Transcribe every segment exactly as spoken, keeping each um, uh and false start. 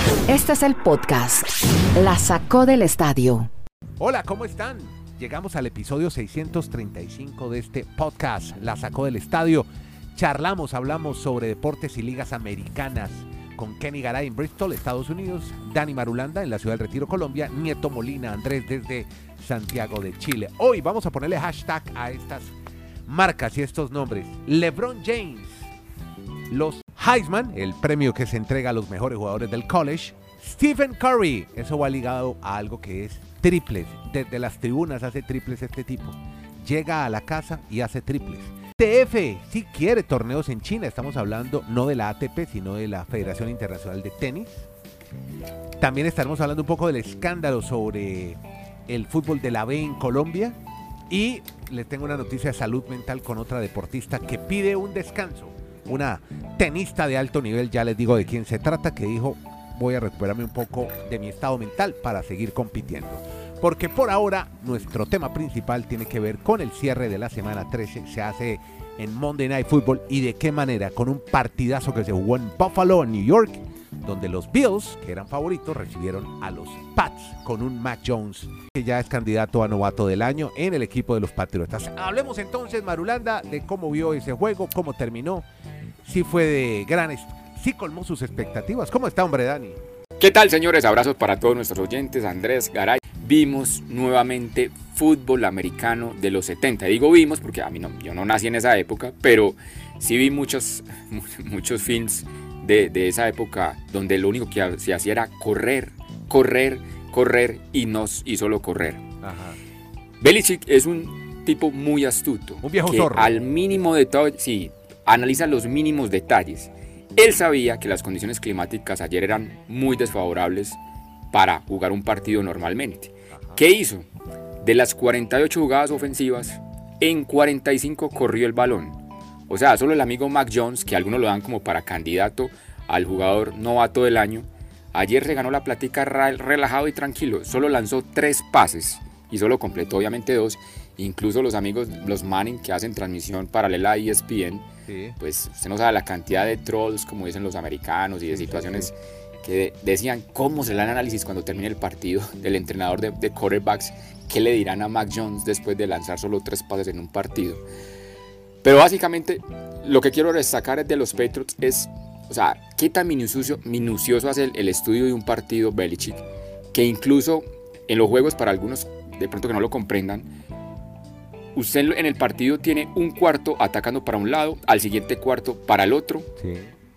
Este es el podcast La Sacó del Estadio. Hola, ¿cómo están? Llegamos al episodio seiscientos treinta y cinco de este podcast La Sacó del Estadio. Charlamos, hablamos sobre deportes y ligas americanas con Kenny Garay en Bristol, Estados Unidos, Dani Marulanda en la ciudad del Retiro, Colombia, Nieto Molina Andrés desde Santiago de Chile. Hoy vamos a ponerle hashtag a estas marcas y estos nombres. LeBron James, los Heisman, el premio que se entrega a los mejores jugadores del college. Stephen Curry, eso va ligado a algo que es triples. Desde las tribunas hace triples este tipo. Llega a la casa y hace triples. T F, si quiere torneos en China, estamos hablando no de la A T P, sino de la Federación Internacional de Tenis. También estaremos hablando un poco del escándalo sobre el fútbol de la B en Colombia. Y les tengo una noticia de salud mental con otra deportista que pide un descanso. Una tenista de alto nivel, ya les digo de quién se trata, que dijo, voy a recuperarme un poco de mi estado mental para seguir compitiendo. Porque por ahora nuestro tema principal tiene que ver con el cierre de la semana trece, se hace en Monday Night Football y de qué manera, con un partidazo que se jugó en Buffalo, en New York, donde los Bills, que eran favoritos, recibieron a los Pats con un Mac Jones, que ya es candidato a novato del año en el equipo de los Patriotas. Hablemos entonces, Marulanda, de cómo vio ese juego, cómo terminó, si fue de gran, si colmó sus expectativas. ¿Cómo está, hombre, Dani? ¿Qué tal, señores? Abrazos para todos nuestros oyentes. Andrés Garay. Vimos nuevamente fútbol americano de los setenta. Digo vimos porque a mí no, yo no nací en esa época, pero sí vi muchos, muchos films de, de esa época donde lo único que se hacía era correr, correr, correr y, no, y solo correr. Ajá. Belichick es un tipo muy astuto. Un viejo que zorro. Al mínimo detalle, sí, analiza los mínimos detalles. Él sabía que las condiciones climáticas ayer eran muy desfavorables para jugar un partido normalmente. Ajá. ¿Qué hizo? De las cuarenta y ocho jugadas ofensivas, en cuarenta y cinco corrió el balón. O sea, solo el amigo Mac Jones, que algunos lo dan como para candidato al jugador novato del año, ayer se ganó la plática relajado y tranquilo. Solo lanzó tres pases y solo completó obviamente dos. Incluso los amigos, los Manning, que hacen transmisión paralela a E S P N, sí. Pues usted no sabe la cantidad de trolls, como dicen los americanos, y de situaciones que decían cómo será el análisis cuando termine el partido del entrenador de, de quarterbacks, qué le dirán a Mac Jones después de lanzar solo tres pases en un partido. Pero básicamente lo que quiero destacar de los Patriots es, o sea, qué tan minucioso, minucioso hace el, el estudio de un partido Belichick, que incluso en los juegos, para algunos de pronto que no lo comprendan, usted en el partido tiene un cuarto atacando para un lado, al siguiente cuarto para el otro. Sí.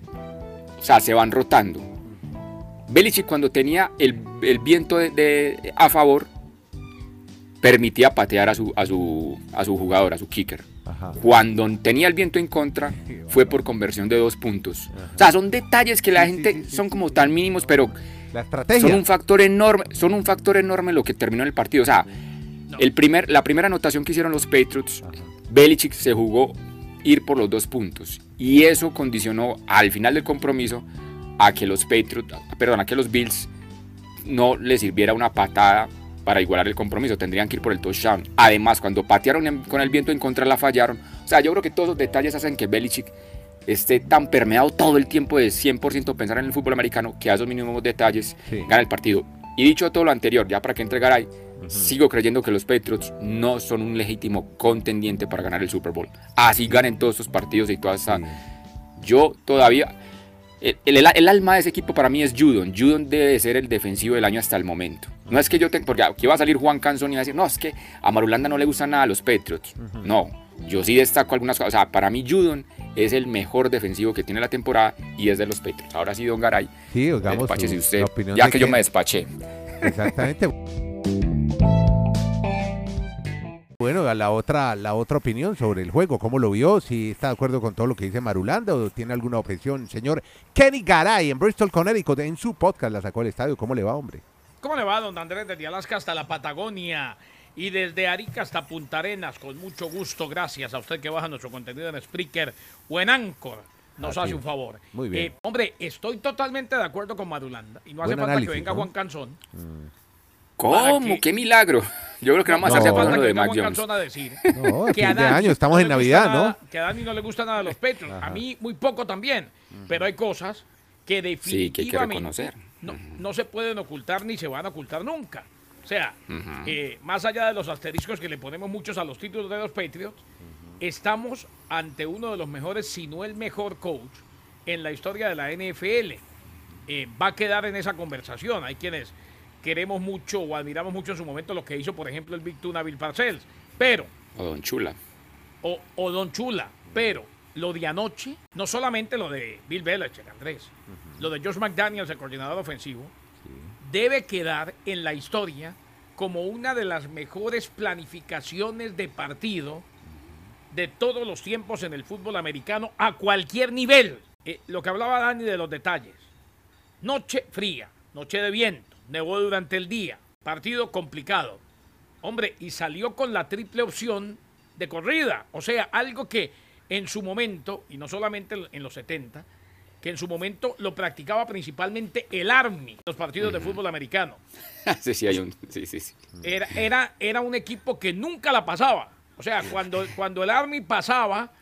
O sea, se van rotando. Belichick, cuando tenía el, el viento de, de, a favor, permitía patear a su, a su, a su jugador, a su kicker. Ajá. Cuando tenía el viento en contra, fue por conversión de dos puntos. Ajá. O sea, son detalles que la sí, gente sí, sí, son sí, como sí. tan mínimos, pero la estrategia. son un factor enorme, son un factor enorme lo que terminó en el partido. O sea, no. el primer, la primera anotación que hicieron los Patriots, Ajá. Belichick se jugó ir por los dos puntos. Y eso condicionó al final del compromiso a que los Patriots, perdón, a que los Bills no les sirviera una patada para igualar el compromiso, tendrían que ir por el touchdown. Además, cuando patearon en, con el viento en contra, la fallaron. O sea, yo creo que todos los detalles hacen que Belichick esté tan permeado todo el tiempo de cien por ciento pensar en el fútbol americano, que a esos mínimos detalles sí. gana el partido. Y dicho todo lo anterior, ya para que entre Garay, uh-huh. sigo creyendo que los Patriots no son un legítimo contendiente para ganar el Super Bowl. Así ganen todos estos partidos y todas esas... Sí. Yo todavía... El, el, el alma de ese equipo para mí es Judon. Judon debe ser el defensivo del año hasta el momento. No es que yo tenga, porque aquí va a salir Juan Canzón y va a decir, no, es que a Marulanda no le gusta nada a los Patriots. Uh-huh. No, yo sí destaco algunas cosas. O sea, para mí Judon es el mejor defensivo que tiene la temporada y es de los Patriots. Ahora sí, don Garay, sí, oigamos despáchese su, usted, opinión ya de que, que yo me despaché. Exactamente. Bueno, la otra, la otra opinión sobre el juego, ¿cómo lo vio? Si está de acuerdo con todo lo que dice Marulanda o tiene alguna objeción, señor Kenny Garay en Bristol, Connecticut, en su podcast La Sacó del Estadio. ¿Cómo le va, hombre? ¿Cómo le va, don Andrés? Desde Alaska hasta la Patagonia y desde Arica hasta Punta Arenas, con mucho gusto, gracias a usted que baja nuestro contenido en Spreaker o en Anchor. Nos Así hace un favor. Muy bien. Eh, hombre, estoy totalmente de acuerdo con Marulanda y no hace Buen falta análisis, que venga ¿no? Juan Canzón. Mm. ¿Cómo? Que... ¡Qué milagro! Yo creo que vamos no, a hacer falta hablando que de venga Mac Juan Jones. Canzón a decir no, que fin a de Dani año, estamos no en Navidad, nada, ¿no? Que a Dani no le gusta nada a los Patriots. A mí muy poco también, uh-huh. pero hay cosas que definitivamente sí, que hay que reconocer. No, uh-huh. no se pueden ocultar ni se van a ocultar nunca. O sea, uh-huh. eh, más allá de los asteriscos que le ponemos muchos a los títulos de los Patriots, uh-huh. estamos ante uno de los mejores, si no el mejor coach en la historia de la N F L. Eh, va a quedar en esa conversación. Hay quienes queremos mucho o admiramos mucho en su momento lo que hizo, por ejemplo, el Big Tuna Bill Parcells, pero... O Don Chula. O, o Don Chula, pero lo de anoche, no solamente lo de Bill Belichick, Andrés, uh-huh. lo de Josh McDaniels, el coordinador ofensivo, sí. debe quedar en la historia como una de las mejores planificaciones de partido uh-huh. de todos los tiempos en el fútbol americano a cualquier nivel. Eh, lo que hablaba Dani de los detalles. Noche fría, noche de viento, nevó durante el día, partido complicado. Hombre, y salió con la triple opción de corrida. O sea, algo que en su momento, y no solamente en los setenta, que en su momento lo practicaba principalmente el Army, los partidos uh-huh. de fútbol americano. sí, sí, hay un, sí, sí, sí. Era, era, era un equipo que nunca la pasaba. O sea, cuando, cuando el Army pasaba,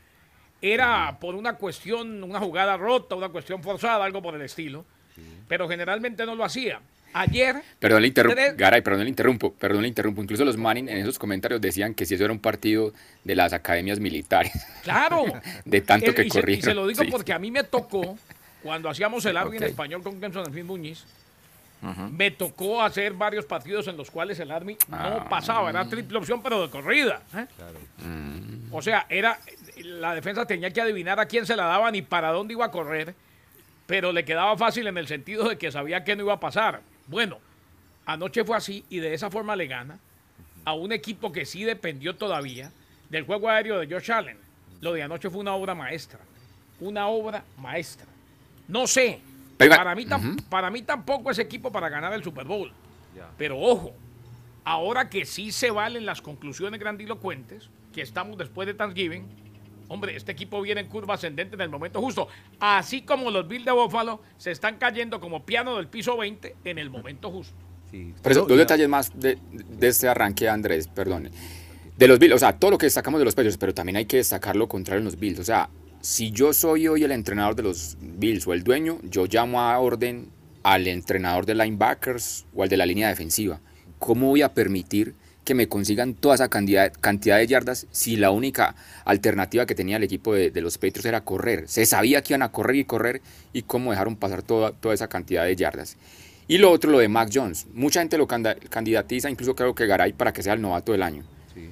era por una cuestión, una jugada rota, una cuestión forzada, algo por el estilo. Pero generalmente no lo hacía. Ayer... Perdón, le interrumpo, tres... Garay, perdón, le interrumpo, perdón, le interrumpo. Incluso los Manning en esos comentarios decían que si eso era un partido de las academias militares. ¡Claro! de tanto el, que y corrieron. Se, y se lo digo sí. porque a mí me tocó, cuando hacíamos el Army okay. en español con Clemson Delfín Muñiz, uh-huh. me tocó hacer varios partidos en los cuales el Army ah, no pasaba. Era triple opción, pero de corrida. ¿eh? Claro. Mm. O sea, era la defensa tenía que adivinar a quién se la daban y para dónde iba a correr, pero le quedaba fácil en el sentido de que sabía que no iba a pasar. Bueno, anoche fue así y de esa forma le gana a un equipo que sí dependió todavía del juego aéreo de Josh Allen. Lo de anoche fue una obra maestra. Una obra maestra. No sé, Pero, para, mí tam- uh-huh. para mí tampoco es equipo para ganar el Super Bowl. Yeah. Pero ojo, ahora que sí se valen las conclusiones grandilocuentes, que estamos después de Thanksgiving, hombre, este equipo viene en curva ascendente en el momento justo. Así como los Bills de Buffalo se están cayendo como piano del piso veinte en el momento justo. Sí, pero eso, dos detalles más de, de este arranque, Andrés, perdón. De los Bills, o sea, todo lo que destacamos de los Patriots, pero también hay que destacar lo contrario en los Bills. O sea, si yo soy hoy el entrenador de los Bills o el dueño, yo llamo a orden al entrenador de linebackers o al de la línea defensiva. ¿Cómo voy a permitir que me consigan toda esa cantidad, cantidad de yardas si la única alternativa que tenía el equipo de, de los Patriots era correr? Se sabía que iban a correr y correr y cómo dejaron pasar toda, toda esa cantidad de yardas. Y lo otro, lo de Mac Jones. Mucha gente lo candidatiza, incluso creo que Garay, para que sea el novato del año. Sí.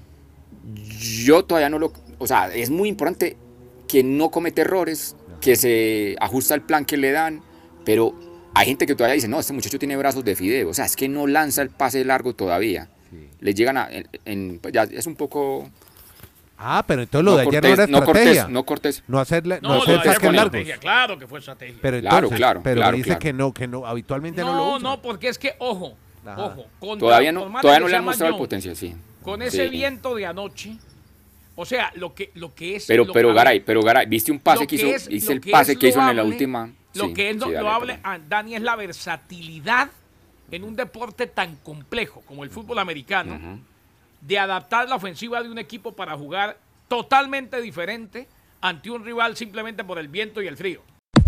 Yo todavía no lo... O sea, es muy importante que no cometa errores, no. que se ajusta el plan que le dan, pero hay gente que todavía dice, no, este muchacho tiene brazos de fideo. O sea, es que no lanza el pase largo todavía. Sí. Le llegan a... En, en, ya es un poco... Ah, pero entonces lo no de ayer cortés, no era estrategia. No cortés, no cortés. No, no, no hacer saques largos. Claro que fue estrategia. Pero entonces, claro, claro. Pero claro, dice claro. que no, que no, habitualmente no, no lo usa. No, porque es que, ojo, Ajá. ojo. Contra, todavía no, todavía no le han mostrado Jones, el potencial, sí. Con ese sí. viento de anoche, o sea, lo que, lo que es... Pero, lo, pero Garay, pero Garay, ¿viste un pase que, que hizo? ¿Viste el pase que hizo hable, en la última? Lo sí, que es sí, lo hable, dale, Dani, es la versatilidad en un deporte tan complejo como el fútbol americano, uh-huh. de adaptar la ofensiva de un equipo para jugar totalmente diferente ante un rival simplemente por el viento y el frío.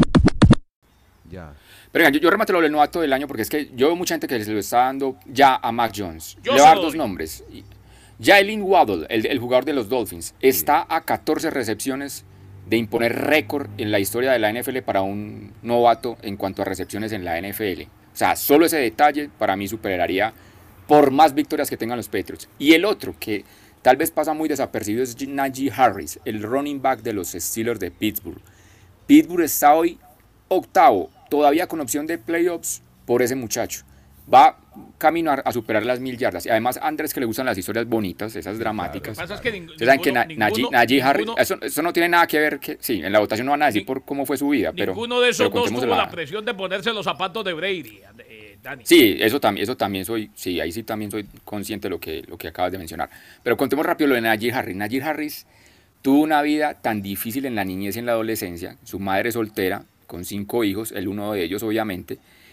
Ya. Pero oigan, yo, yo remato lo del novato del año porque es que yo veo mucha gente que se lo está dando ya a Mac Jones. Yo Le voy a dar dos nombres. Jalen Waddle, el, el jugador de los Dolphins, está a catorce recepciones de imponer récord en la historia de la N F L para un novato en cuanto a recepciones en la N F L. O sea, solo ese detalle para mí superaría por más victorias que tengan los Patriots. Y el otro que tal vez pasa muy desapercibido es Najee Harris, el running back de los Steelers de Pittsburgh. Pittsburgh está hoy octavo, todavía con opción de playoffs por ese muchacho. Va camino a, a superar las mil yardas. Y además, a Andrés, que le gustan las historias bonitas, esas dramáticas. Lo que pasa es que ning- Ustedes saben que ninguno, Na- Najee, ninguno, Najee Harris, ninguno, eso, eso no tiene nada que ver, que sí, en la votación no van a decir por cómo fue su vida, pero... Ninguno de esos pero dos tuvo la... la presión de ponerse los zapatos de Brady, eh, Dani. Sí, eso también, eso también soy, sí, ahí sí también soy consciente de lo que, lo que acabas de mencionar. Pero contemos rápido lo de Najee Harris. Najee Harris tuvo una vida tan difícil en la niñez y en la adolescencia. Su madre soltera, con cinco hijos, el uno de ellos obviamente.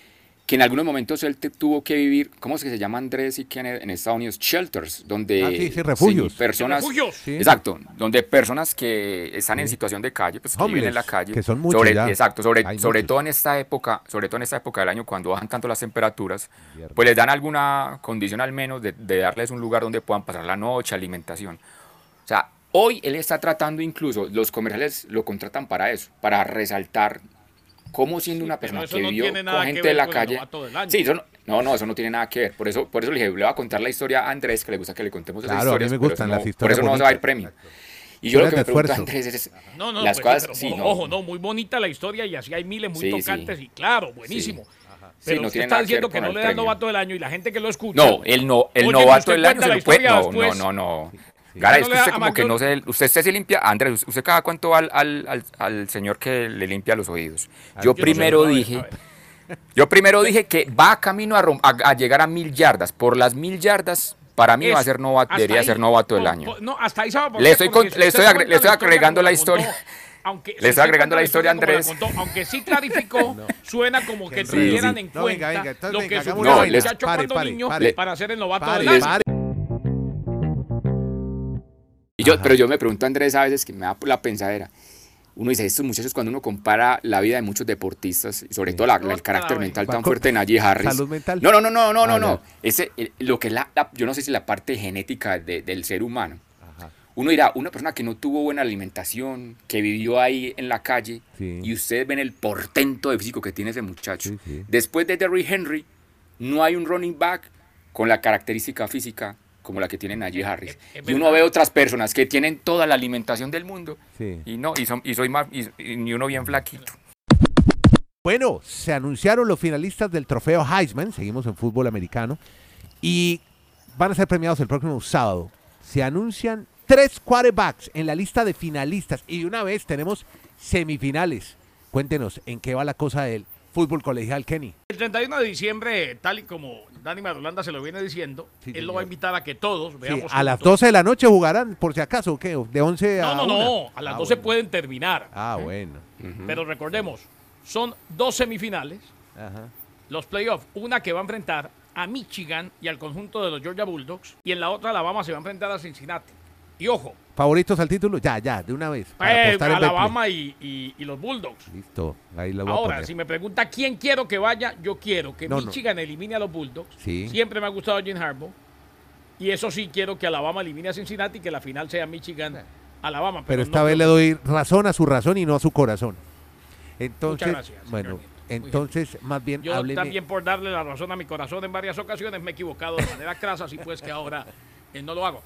que en algunos momentos él te, tuvo que vivir, ¿cómo es que se llama, Andrés y Kenneth en Estados Unidos? Shelters, donde ah, sí, sí, refugios. Sí, personas, refugios. Sí. Exacto, donde personas que están sí. en situación de calle, pues que Homeless, viven en la calle, que son muchos sobre, ya. exacto, sobre, sobre muchos. todo en esta época, sobre todo en esta época del año cuando bajan tanto las temperaturas, Viernes. pues les dan alguna condición al menos de, de darles un lugar donde puedan pasar la noche, alimentación. O sea, hoy él está tratando incluso, los comerciales lo contratan para eso, para resaltar cómo siendo sí, una persona que no vivió con gente de la calle. Sí, eso no, no, no, eso no tiene nada que ver. Por eso, por eso le dije, le voy a contar la historia a Andrés, que le gusta que le contemos esas claro, historias. A mí me gustan no, las historias. Por eso bonitas. no va a haber premio. Y yo lo que me pregunto a esfuerzo. Andrés es, no, no, las pues, cosas, pero, sí, ojo, no. ojo, no, muy bonita la historia y así hay miles muy sí, tocantes sí. y claro, buenísimo. Sí. Pero sí, no usted tiene está nada diciendo que, que no le dan novato del año y la gente que lo escucha. No, el, no, el oye, novato del año se la lo puede. No, después, no, no, no. Sí. Gara, no es que usted a como que no McDonald's. se... Usted, usted se limpia... Andrés, ¿usted cada cuánto va al, al, al, al señor que le limpia los oídos? Yo, yo primero no sé, dije... a ver, a ver. Yo primero dije que va camino a, rom- a, a llegar a mil yardas. Por las mil yardas, para mí Eso, va a ser novato, hasta debería ahí, ser novato del por- año. por- no, hasta ahí se va a Le estoy, porque con- si le usted estoy, me agre- cuenta le estoy la historia agregando como la la historia. contó, aunque, Le si estoy usted agregando cuenta la historia, como la Andrés. contó, aunque sí clarificó, No. suena como que Sí, tuvieran sí. en No, cuenta venga, venga, entonces, lo venga, que hagamos sufrió una el vaina. muchacho Pare, cuando pare, niño pare. para ser el novato Pare, del año. pare. Y yo, Ajá. pero yo me pregunto, Andrés, a veces que me da la pensadera. Uno dice, estos muchachos, cuando uno compara la vida de muchos deportistas, y sobre Sí. todo la- la- el No, carácter nada, mental va tan con- fuerte de Najee Harris. Salud mental. No, no, no, no, no, Ah, no, no. ya. Ese, el- lo que es la, la- yo no sé si la parte genética de- del ser humano. Ajá. Uno dirá, una persona que no tuvo buena alimentación, que vivió ahí en la calle, Sí. y ustedes ven el portento de físico que tiene ese muchacho. Sí, sí. Después de Derrick Henry, no hay un running back con la característica física como la que tiene Najee Harris. Es- es y uno verdad. ve otras personas que tienen toda la alimentación del mundo, Sí. y no, y, son, y soy más, y, y uno bien flaquito. Bueno, se anunciaron los finalistas del trofeo Heisman, seguimos en fútbol americano, y van a ser premiados el próximo sábado. Se anuncian tres quarterbacks en la lista de finalistas y de una vez tenemos semifinales. Cuéntenos, ¿en qué va la cosa del fútbol colegial, Kenny? El treinta y uno de diciembre, tal y como Dani Madulanda se lo viene diciendo, Sí, él señor. lo va a invitar a que todos Sí, veamos. a las juntos. doce de la noche jugarán, por si acaso, ¿o qué? ¿De once a No, no, una? no, a las Ah, doce bueno. pueden terminar. Ah, bueno. Pero recordemos, son dos semifinales, Ajá. los playoffs, una que va a enfrentar a Michigan y al conjunto de los Georgia Bulldogs, y en la otra Alabama se va a enfrentar a Cincinnati. Y ojo, ¿Favoritos al título? Ya, ya, de una vez. para eh, apostar en Alabama y, y- y los Bulldogs. Betplay. Listo, ahí lo voy a Ahora, poner. si me pregunta quién quiero que vaya, yo quiero que No, no. Michigan elimine a los Bulldogs. Sí. Siempre me ha gustado Jim Harbaugh. Y eso sí, quiero que Alabama elimine a Cincinnati y que la final sea Michigan-Alabama. Pero esta no vez le creo- doy razón a su razón y no a su corazón. Entonces, Muchas gracias, señor bueno, Nieto. Muy entonces más bien Yo hábleme. también por darle la razón a mi corazón en varias ocasiones me he equivocado de manera crasa, así pues que ahora eh, no lo hago.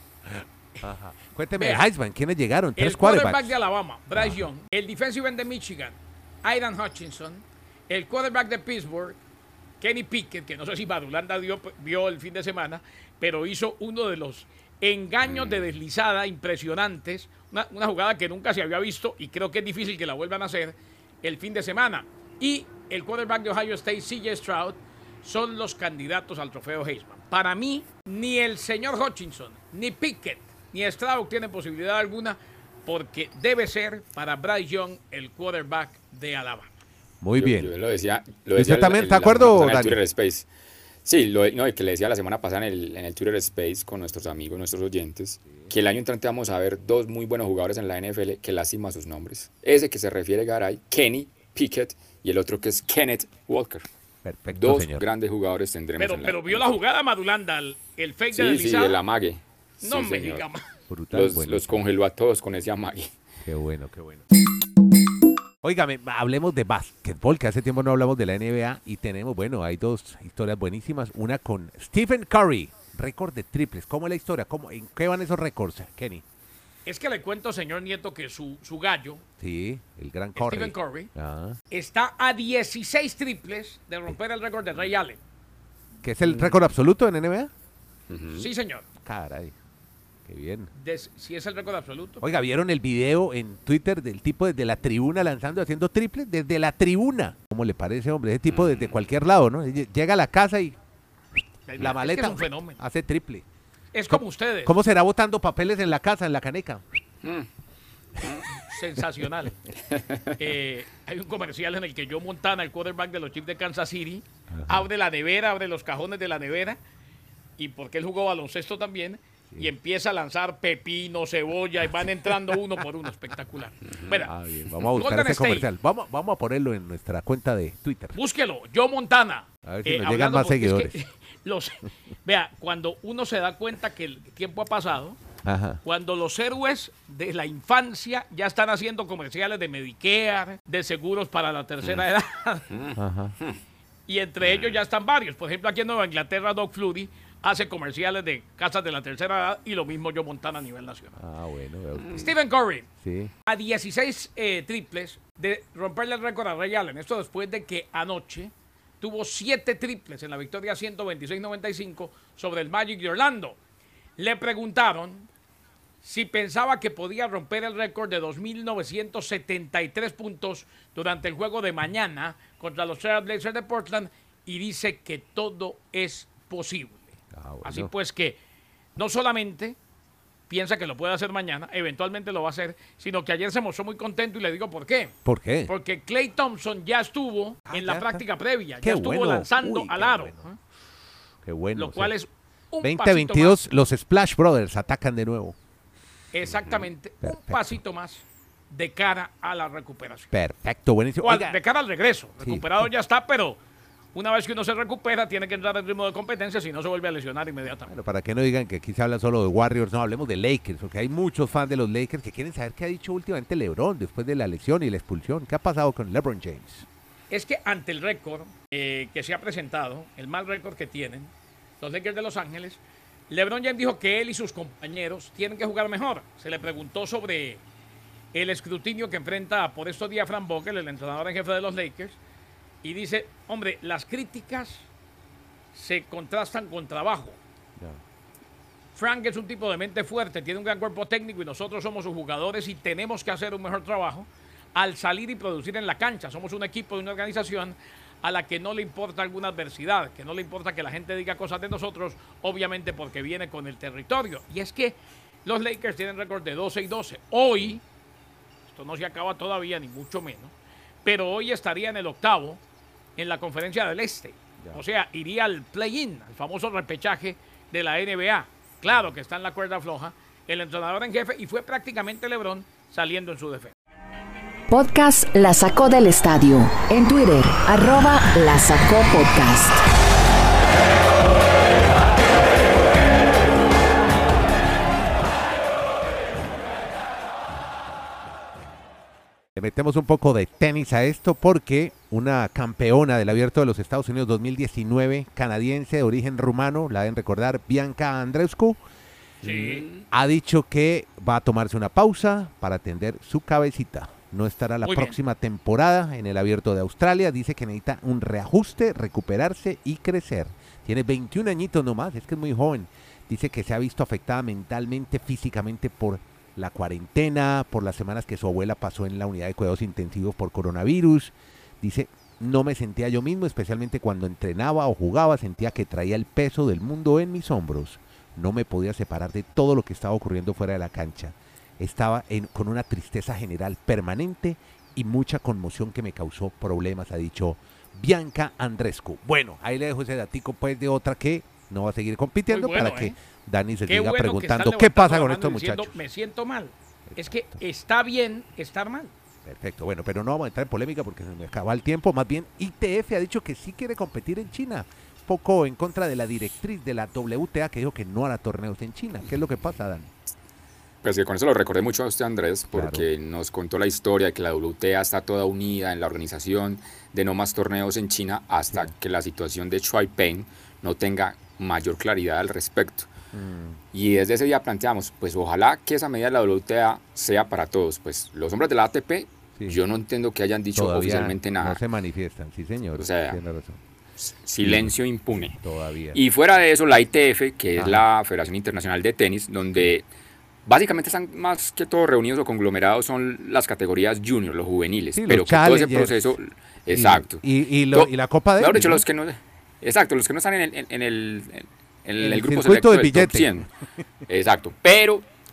Ajá. Cuénteme, Vea. Heisman, ¿quiénes llegaron? Tres El quarterback quarterbacks. de Alabama, Bryce Young. El defensive end de Michigan, Aidan Hutchinson. El quarterback de Pittsburgh, Kenny Pickett, que no sé si Madulanda dio- vio el fin de semana, pero hizo uno de los engaños de deslizada impresionantes. Una, una jugada que nunca se había visto y creo que es difícil que la vuelvan a hacer el fin de semana. Y el quarterback de Ohio State, C J Stroud, son los candidatos al trofeo Heisman. Para mí, ni el señor Hutchinson, ni Pickett, ni Stroud tienen posibilidad alguna porque debe ser para Bryce Young el quarterback de Alabama. Muy Yo- bien. Yo, lo decía. Lo ¿Y usted decía el- también el- está de la acuerdo, semana pasada en Dani? el Twitter Space. Sí, lo, no, que le decía la semana pasada en el, en el Twitter Space con nuestros amigos, nuestros oyentes, que el año entrante vamos a ver dos muy buenos jugadores en la N F L que lástima sus nombres. Ese que se refiere Garay, Kenny Pickett, y el otro que es Kenneth Walker. Perfecto, Dos señor. grandes jugadores tendremos Pero, en la pero vio la jugada Madulanda, el, el fake de Sí, sí, deslizada. el amague. No Sí, me señor. diga más. Brutal, Los, bueno. los congeló a todos con ese amague. Qué bueno, qué bueno. Óigame, hablemos de básquetbol, que hace tiempo no hablamos de la N B A y tenemos, bueno, hay dos historias buenísimas. Una con Stephen Curry, récord de triples. ¿Cómo es la historia? ¿Cómo, ¿En qué van esos récords, Kenny? Es que le cuento, señor Nieto, que su, su gallo, Sí, el gran Curry. Stephen Curry, Ah, está a dieciséis triples de romper el récord de Ray Allen. ¿que es el récord absoluto en N B A? Ujú. Sí, señor. Caray, qué bien. Des- si es el récord absoluto. Oiga, ¿vieron el video en Twitter del tipo desde la tribuna lanzando, haciendo triple? Desde la tribuna. ¿Cómo le parece, hombre? Ese tipo desde cualquier lado, ¿no? Llega a la casa y Es la que maleta es un fenómeno. hace triple. Es como ustedes. ¿Cómo será botando papeles en la casa, en la caneca? sensacional. Eh, hay un comercial en el que Joe Montana, el quarterback de los Chiefs de Kansas City, Ajá. abre la nevera, abre los cajones de la nevera, y porque él jugó baloncesto también, sí. y empieza a lanzar pepino, cebolla, y van entrando uno por uno, espectacular. Bueno, ah, bien. Vamos a buscar Golden ese State. Comercial. Vamos, vamos a ponerlo en nuestra cuenta de Twitter. Búsquelo, Joe Montana. A ver si eh, nos llegan más seguidores. Es que, los, vea, cuando uno se da cuenta que el tiempo ha pasado, Ajá. cuando los héroes de la infancia ya están haciendo comerciales de Medicare, de seguros para la tercera mm. edad, Ajá. y entre ellos ya están varios. Por ejemplo, aquí en Nueva Inglaterra, Doug Flutie hace comerciales de casas de la tercera edad, y lo mismo Joe Montana a nivel nacional. Ah, bueno. Stephen Curry, sí. a dieciséis eh, triples de romperle el récord a Ray Allen. Esto después de que anoche tuvo siete triples en la victoria ciento veintiséis noventa y cinco sobre el Magic de Orlando. Le preguntaron si pensaba que podía romper el récord de dos mil novecientos setenta y tres puntos durante el juego de mañana contra los Trail Blazers de Portland, y dice que todo es posible. Ah, bueno. Así pues que no solamente piensa que lo puede hacer mañana, eventualmente lo va a hacer, sino que ayer se mostró muy contento, y le digo por qué. ¿Por qué? Porque Klay Thompson ya estuvo ah, en la está. práctica previa, qué ya estuvo bueno. lanzando Uy, al aro. Qué bueno, qué bueno Lo cual sí. es un veinte veintidós, más. Los Splash Brothers atacan de nuevo. Exactamente, Perfecto. un pasito más de cara a la recuperación. Perfecto, buenísimo. O al, de cara al regreso. Recuperado sí. ya está, pero una vez que uno se recupera, tiene que entrar en ritmo de competencia, si no se vuelve a lesionar inmediatamente. Bueno, para que no digan que aquí se habla solo de Warriors, no, hablemos de Lakers, porque hay muchos fans de los Lakers que quieren saber qué ha dicho últimamente LeBron después de la lesión y la expulsión. ¿Qué ha pasado con LeBron James? Es que ante el récord eh, que se ha presentado, el mal récord que tienen los Lakers de Los Ángeles, LeBron James dijo que él y sus compañeros tienen que jugar mejor. Se le preguntó sobre el escrutinio que enfrenta por estos días Frank Vogel, el entrenador en jefe de los Lakers, y dice, hombre, las críticas se contrastan con trabajo. Yeah. Frank es un tipo de mente fuerte, tiene un gran cuerpo técnico, y nosotros somos sus jugadores y tenemos que hacer un mejor trabajo al salir y producir en la cancha. Somos un equipo de una organización a la que no le importa alguna adversidad, que no le importa que la gente diga cosas de nosotros, obviamente porque viene con el territorio. Y es que los Lakers tienen récord de doce y doce. Hoy, esto no se acaba todavía, ni mucho menos, pero hoy estaría en el octavo en la Conferencia del Este. Ya. O sea, iría al play-in, al famoso repechaje de la N B A. Claro que está en la cuerda floja el entrenador en jefe, y fue prácticamente LeBron saliendo en su defensa. Podcast La Sacó del Estadio. En Twitter, arroba La Sacó Podcast. Le metemos un poco de tenis a esto porque una campeona del Abierto de los Estados Unidos dos mil diecinueve, canadiense de origen rumano, la deben recordar, Bianca Andreescu, sí. ha dicho que va a tomarse una pausa para atender su cabecita. No estará la Muy próxima bien. temporada en el Abierto de Australia. Dice que necesita un reajuste, recuperarse y crecer. Tiene veintiún añitos nomás, es que es muy joven. Dice que se ha visto afectada mentalmente, físicamente por la cuarentena, por las semanas que su abuela pasó en la unidad de cuidados intensivos por coronavirus. Dice, no me sentía yo mismo, especialmente cuando entrenaba o jugaba, sentía que traía el peso del mundo en mis hombros. No me podía separar de todo lo que estaba ocurriendo fuera de la cancha. Estaba en, con una tristeza general permanente y mucha conmoción que me causó problemas, ha dicho Bianca Andreescu. Bueno, ahí le dejo ese datico pues de otra que no va a seguir compitiendo, bueno, para que ¿eh? Dani se Qué siga bueno preguntando qué pasa con estos diciendo, muchachos. Me siento mal. Es que está bien estar mal. Perfecto, bueno, pero no vamos a entrar en polémica porque se me acaba el tiempo. Más bien, I T F ha dicho que sí quiere competir en China. Poco en contra de la directriz de la W T A que dijo que no hará torneos en China. ¿Qué es lo que pasa, Dani? Pues que con eso lo recordé mucho a usted, Andrés, porque claro. nos contó la historia de que la W T A está toda unida en la organización de no más torneos en China hasta sí. que la situación de Shuai Peng no tenga mayor claridad al respecto. Mm. Y desde ese día planteamos, pues ojalá que esa medida de la W T A sea para todos. Pues los hombres de la A T P, sí. yo no entiendo que hayan dicho Todavía oficialmente nada. No se manifiestan, sí señor. O sea, tiene razón. Silencio sí. impune. Todavía. Y fuera de eso, la I T F, que es Ajá. la Federación Internacional de Tenis, donde básicamente están más que todo reunidos o conglomerados son las categorías junior, los juveniles, sí, pero los que todo ese proceso, y, exacto. Y, y, lo, y la Copa de mejor dicho, ¿no? los que no, exacto, los que no están en el, en, en el, en el, el grupo selecto selecto de del billete. top cien. Exacto, pero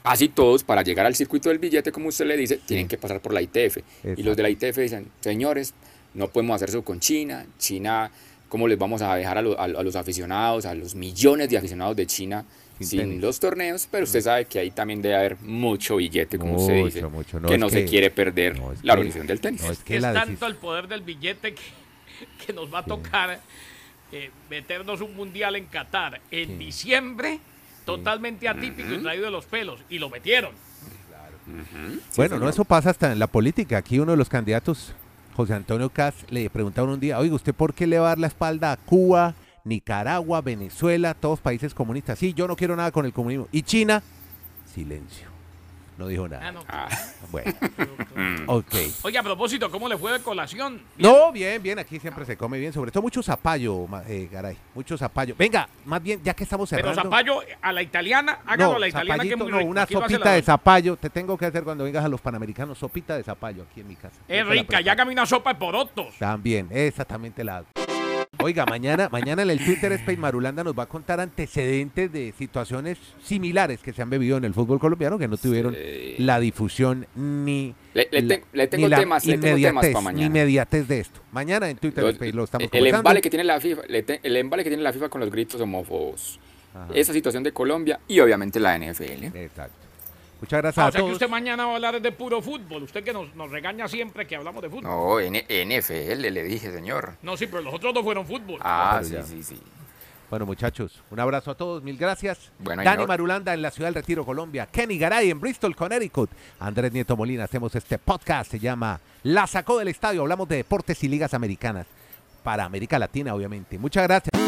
Así todos, para llegar al circuito del billete, como usted le dice, tienen que pasar por la I T F. Exacto. Y los de la I T F dicen, señores, no podemos hacer eso con China. China, ¿cómo les vamos a dejar a, lo, a, a los aficionados, a los millones de aficionados de China sin, sin los torneos? Pero usted sabe que ahí también debe haber mucho billete, como mucho, usted dice, mucho. No, que es no que, se quiere perder no, es la que, organización del tenis. No, es que es la tanto decis- el poder del billete que, que nos va a tocar eh, meternos un mundial en Qatar en Sí. diciembre, totalmente atípico y traído de los pelos. Y lo metieron. Uh-huh. Bueno, Sí, no, eso pasa hasta en la política. Aquí uno de los candidatos, José Antonio Caz, le preguntaron un día, oiga, ¿usted por qué le va a dar la espalda a Cuba, Nicaragua, Venezuela, todos países comunistas? Sí, yo no quiero nada con el comunismo. ¿Y China? Silencio. No dijo nada. Ah, no. Ah, Bueno, ok. Oye, a propósito, ¿cómo le fue de colación? No, bien, bien, aquí siempre se come bien, sobre todo mucho zapallo, ma- eh, Garay, mucho zapallo. Venga, más bien, ya que estamos Pero cerrando. zapallo a la italiana, hágalo no, a la italiana que es zapallito muy no, rico. una Aquí lo hace sopita la de doña. zapallo. Te tengo que hacer cuando vengas a los Panamericanos, sopita de zapallo aquí en mi casa. Yo Es te la rica, preparo. hágame una sopa de porotos. También, exactamente la hago. Oiga, mañana, mañana en el Twitter Space Marulanda nos va a contar antecedentes de situaciones similares que se han vivido en el fútbol colombiano que no tuvieron Sí. la difusión ni Le- le la- te- le tengo ni la temas, le tengo temas inmediatez, pa' ni mañana. inmediatez de esto. Mañana en Twitter Los- Space lo estamos el conversando. embale que tiene la FIFA, le te- el embale que tiene la FIFA con los gritos homófobos. Ajá. Esa situación de Colombia y obviamente la N F L. Exacto. Muchas gracias Ah, a o sea que todos. usted mañana va a hablar de puro fútbol. Usted que nos, nos regaña siempre que hablamos de fútbol. No, N F L le dije, señor. No, sí, pero los otros dos fueron fútbol. Ah, pero sí, ya. sí, sí. Bueno, muchachos, un abrazo a todos, mil gracias. Bueno, Dani señor. Marulanda en la ciudad del Retiro, Colombia. Kenny Garay en Bristol, Connecticut. Andrés Nieto Molina, hacemos este podcast, se llama La Sacó del Estadio. Hablamos de deportes y ligas americanas. Para América Latina, obviamente. Muchas gracias.